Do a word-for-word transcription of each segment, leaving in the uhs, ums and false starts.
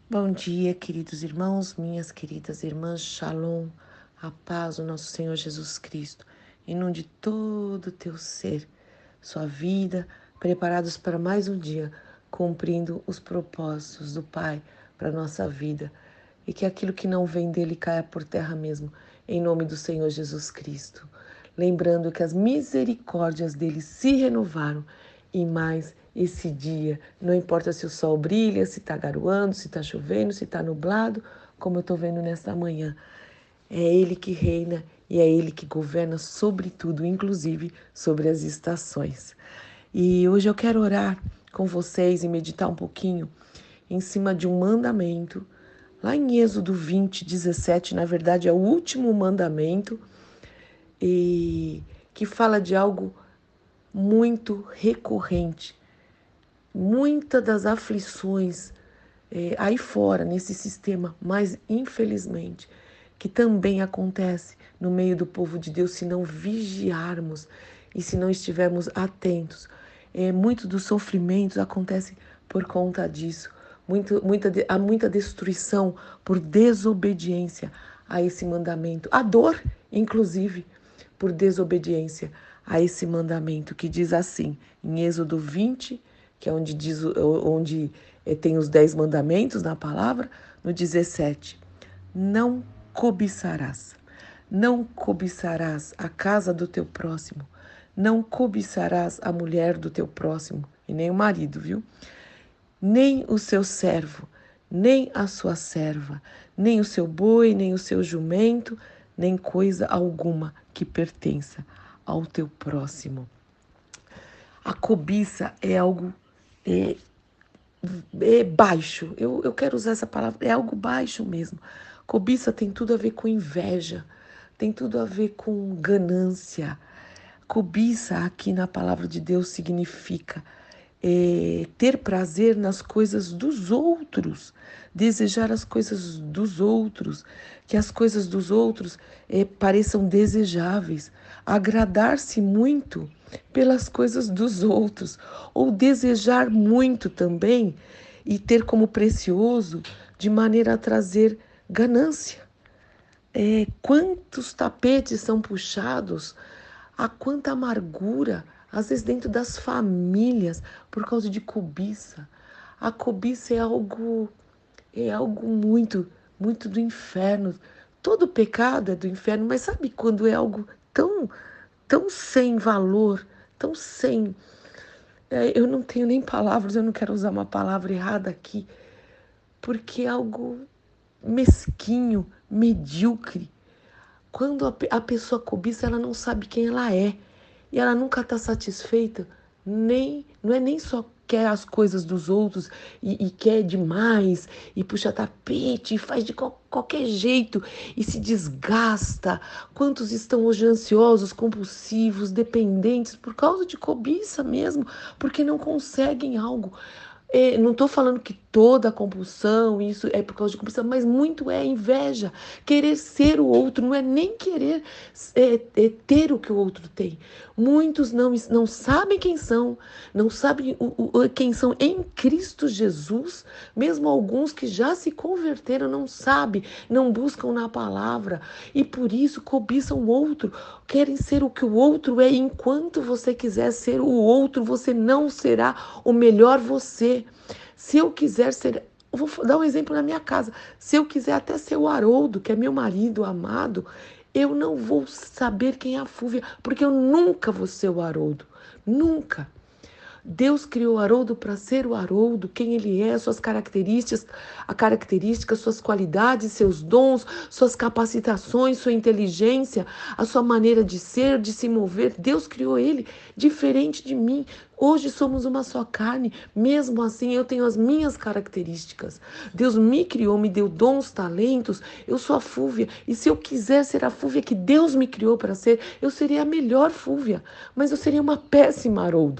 Bom dia, queridos irmãos, minhas queridas irmãs, Shalom, a paz do nosso Senhor Jesus Cristo, inunde todo o teu ser, sua vida, preparados para mais um dia, cumprindo os propósitos do Pai para a nossa vida, e que aquilo que não vem dele caia por terra mesmo, em nome do Senhor Jesus Cristo. Lembrando que as misericórdias dele se renovaram e mais esse dia. Não importa se o sol brilha, se está garoando, se está chovendo, se está nublado, como eu estou vendo nesta manhã. É Ele que reina e é Ele que governa sobre tudo, inclusive sobre as estações. E hoje eu quero orar com vocês e meditar um pouquinho em cima de um mandamento, lá em Êxodo vinte, dezessete, na verdade é o último mandamento, e que fala de algo muito recorrente. Muitas das aflições é, aí fora, nesse sistema, mas infelizmente, que também acontece no meio do povo de Deus, se não vigiarmos e se não estivermos atentos. É, muito dos sofrimentos acontece por conta disso. Muito, muita, há muita destruição por desobediência a esse mandamento. A dor, inclusive, por desobediência a esse mandamento, que diz assim, em Êxodo vinte, que é onde, diz, onde é, tem os dez mandamentos na palavra, no dezessete, não cobiçarás, não cobiçarás a casa do teu próximo, não cobiçarás a mulher do teu próximo, e nem o marido, viu? Nem o seu servo, nem a sua serva, nem o seu boi, nem o seu jumento, nem coisa alguma que pertença ao teu próximo. A cobiça é algo é, é baixo, eu, eu quero usar essa palavra, é algo baixo mesmo. Cobiça tem tudo a ver com inveja, tem tudo a ver com ganância. Cobiça aqui na palavra de Deus significa é, ter prazer nas coisas dos outros, desejar as coisas dos outros, que as coisas dos outros é, pareçam desejáveis, agradar-se muito pelas coisas dos outros, ou desejar muito também e ter como precioso de maneira a trazer ganância. É, quantos tapetes são puxados, há quanta amargura, às vezes dentro das famílias, por causa de cobiça. A cobiça é algo, é algo muito, muito do inferno. Todo pecado é do inferno, mas sabe quando é algo tão, tão sem valor, tão sem... É, eu não tenho nem palavras, eu não quero usar uma palavra errada aqui, porque é algo mesquinho, medíocre. Quando a, a pessoa cobiça, ela não sabe quem ela é. E ela nunca está satisfeita, nem, não é nem só quer as coisas dos outros e, e quer demais, e puxa tapete, e faz de qual, qualquer jeito, e se desgasta. Quantos estão hoje ansiosos, compulsivos, dependentes, por causa de cobiça mesmo, porque não conseguem algo. É, não estou falando que toda compulsão, isso é por causa de compulsão, mas muito é inveja, querer ser o outro, não é nem querer é, é, ter o que o outro tem. Muitos não, não sabem quem são, não sabem o, o, quem são em Cristo Jesus, mesmo alguns que já se converteram não sabem, não buscam na palavra e por isso cobiçam o outro, querem ser o que o outro é. Enquanto você quiser ser o outro, você não será o melhor você. Se eu quiser ser, eu vou dar um exemplo na minha casa, se eu quiser até ser o Haroldo, que é meu marido amado, eu não vou saber quem é a Fúvia, porque eu nunca vou ser o Haroldo, nunca. Deus criou o Haroldo para ser o Haroldo, quem ele é, suas características, a característica, suas qualidades, seus dons, suas capacitações, sua inteligência, a sua maneira de ser, de se mover. Deus criou ele diferente de mim. Hoje somos uma só carne, mesmo assim eu tenho as minhas características. Deus me criou, me deu dons, talentos, eu sou a Fúvia. E se eu quiser ser a Fúvia que Deus me criou para ser, eu seria a melhor Fúvia, mas eu seria uma péssima Haroldo.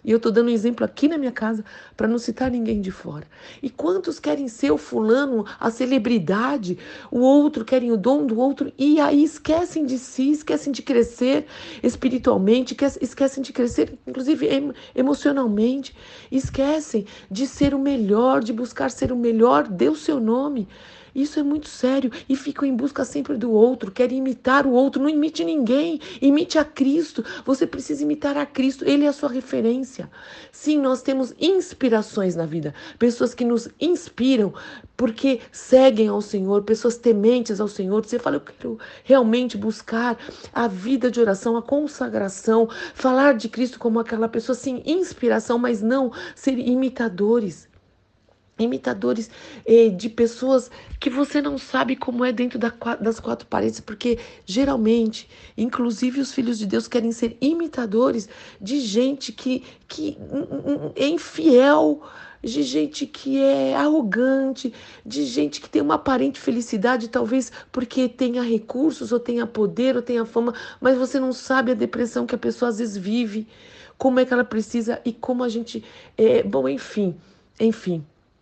E eu estou dando um exemplo aqui na minha casa para não citar ninguém de fora. E quantos querem ser o fulano, a celebridade, o outro querem o dom do outro e aí esquecem de si, esquecem de crescer espiritualmente, esquecem de crescer, inclusive emocionalmente, esquecem de ser o melhor, de buscar ser o melhor, dê o seu nome. Isso é muito sério e ficam em busca sempre do outro, querem imitar o outro. Não imite ninguém, imite a Cristo. Você precisa imitar a Cristo, Ele é a sua referência. Sim, nós temos inspirações na vida, pessoas que nos inspiram porque seguem ao Senhor, pessoas tementes ao Senhor. Você fala, eu quero realmente buscar a vida de oração, a consagração, falar de Cristo como aquela pessoa, sim, inspiração, mas não ser imitadores. Imitadores eh, de pessoas que você não sabe como é dentro da, das quatro paredes, porque geralmente, inclusive os filhos de Deus querem ser imitadores de gente que, que é infiel, de gente que é arrogante, de gente que tem uma aparente felicidade, talvez porque tenha recursos, ou tenha poder, ou tenha fama, mas você não sabe a depressão que a pessoa às vezes vive, como é que ela precisa e como a gente... É, bom, enfim, enfim.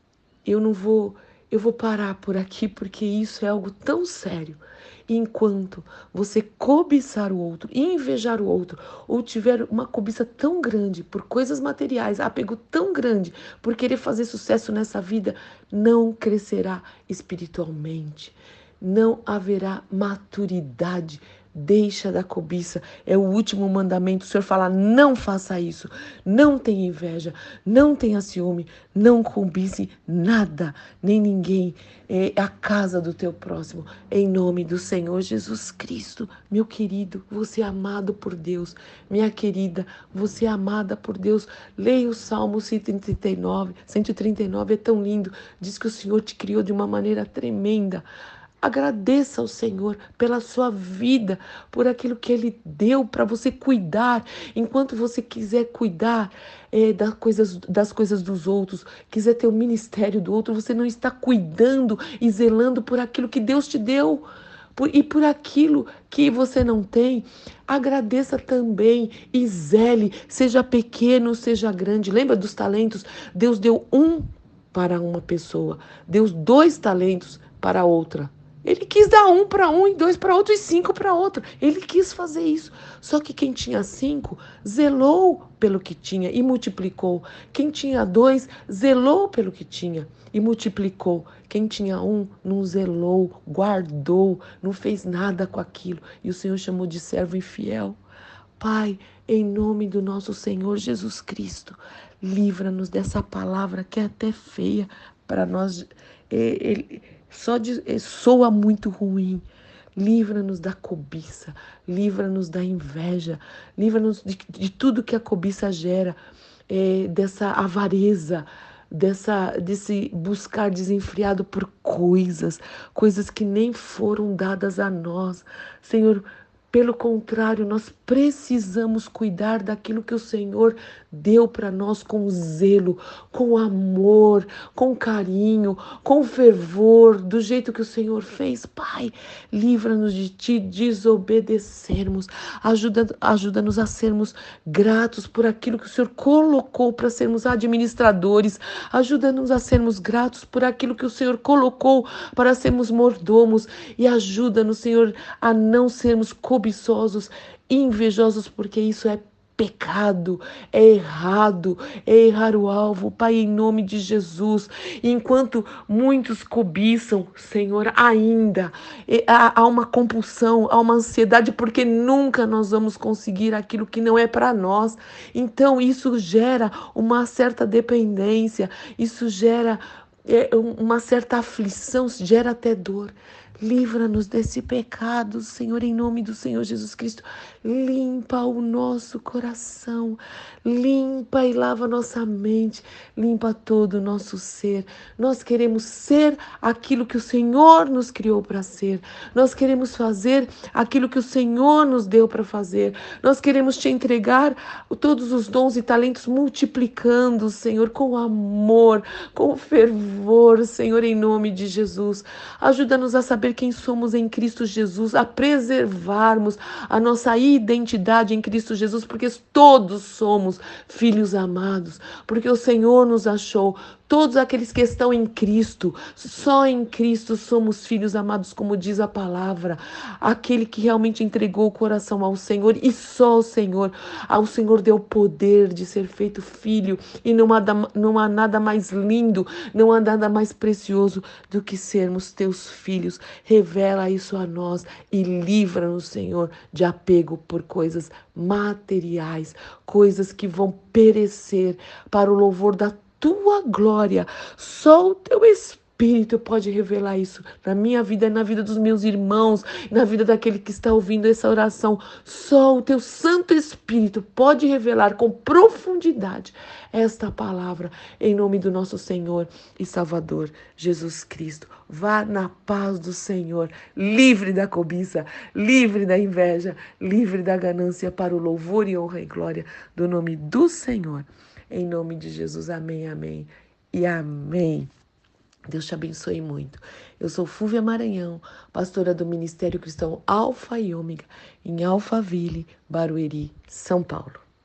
Eu não vou, eu vou parar por aqui porque isso é algo tão sério. Enquanto você cobiçar o outro, invejar o outro, ou tiver uma cobiça tão grande por coisas materiais, apego tão grande por querer fazer sucesso nessa vida, não crescerá espiritualmente. Não haverá maturidade. Deixa da cobiça, é o último mandamento. O Senhor fala, não faça isso, não tenha inveja, não tenha ciúme, não cobice nada, nem ninguém, é a casa do teu próximo, em nome do Senhor Jesus Cristo. Meu querido, você é amado por Deus, minha querida, você é amada por Deus. Leia o Salmo cento e trinta e nove, cento e trinta e nove, é tão lindo, diz que o Senhor te criou de uma maneira tremenda. Agradeça ao Senhor pela sua vida, por aquilo que Ele deu para você cuidar. Enquanto você quiser cuidar é, das, coisas, das coisas dos outros, quiser ter o ministério do outro, você não está cuidando e zelando por aquilo que Deus te deu. Por, e por aquilo que você não tem, agradeça também e zele, seja pequeno, seja grande. Lembra dos talentos? Deus deu um para uma pessoa, deu dois talentos para outra. Ele quis dar um para um e dois para outro e cinco para outro. Ele quis fazer isso. Só que quem tinha cinco zelou pelo que tinha e multiplicou. Quem tinha dois zelou pelo que tinha e multiplicou. Quem tinha um não zelou, guardou, não fez nada com aquilo. E o Senhor chamou de servo infiel. Pai, em nome do nosso Senhor Jesus Cristo, livra-nos dessa palavra que é até feia para nós. Ele, só de, soa muito ruim. Livra-nos da cobiça, livra-nos da inveja, livra-nos de, de tudo que a cobiça gera, é, dessa avareza, dessa, desse buscar desenfreado por coisas, coisas que nem foram dadas a nós. Senhor, pelo contrário, nós precisamos cuidar daquilo que o Senhor deu para nós com zelo, com amor, com carinho, com fervor, do jeito que o Senhor fez. Pai, livra-nos de te desobedecermos, ajuda, ajuda-nos a sermos gratos por aquilo que o Senhor colocou para sermos administradores, ajuda-nos a sermos gratos por aquilo que o Senhor colocou para sermos mordomos e ajuda-nos, Senhor, a não sermos cobiçosos, invejosos, porque isso é pecado, é errado, é errar o alvo. Pai, em nome de Jesus, enquanto muitos cobiçam, Senhor, ainda há uma compulsão, há uma ansiedade, porque nunca nós vamos conseguir aquilo que não é para nós. Então isso gera uma certa dependência, isso gera é, uma certa aflição, gera até dor. Livra-nos desse pecado, Senhor, em nome do Senhor Jesus Cristo. Limpa o nosso coração, limpa e lava nossa mente, limpa todo o nosso ser. Nós queremos ser aquilo que o Senhor nos criou para ser. Nós queremos fazer aquilo que o Senhor nos deu para fazer. Nós queremos te entregar todos os dons e talentos, multiplicando, Senhor, com amor, com fervor, Senhor, em nome de Jesus. Ajuda-nos a saber saber quem somos em Cristo Jesus, a preservarmos a nossa identidade em Cristo Jesus, porque todos somos filhos amados, porque o Senhor nos achou. Todos aqueles que estão em Cristo, só em Cristo somos filhos amados, como diz a palavra. Aquele que realmente entregou o coração ao Senhor e só ao Senhor. Ao Senhor deu o poder de ser feito filho e não há, não há nada mais lindo, não há nada mais precioso do que sermos teus filhos. Revela isso a nós e livra-nos, Senhor, de apego por coisas materiais, coisas que vão perecer para o louvor da tua glória. Só o teu Espírito pode revelar isso na minha vida, na vida dos meus irmãos, na vida daquele que está ouvindo essa oração. Só o teu Santo Espírito pode revelar com profundidade esta palavra, em nome do nosso Senhor e Salvador Jesus Cristo. Vá na paz do Senhor, livre da cobiça, livre da inveja, livre da ganância, para o louvor e honra e glória do nome do Senhor. Em nome de Jesus, amém, amém e amém. Deus te abençoe muito. Eu sou Fúvia Maranhão, pastora do Ministério Cristão Alfa e Ômega, em Alphaville, Barueri, São Paulo.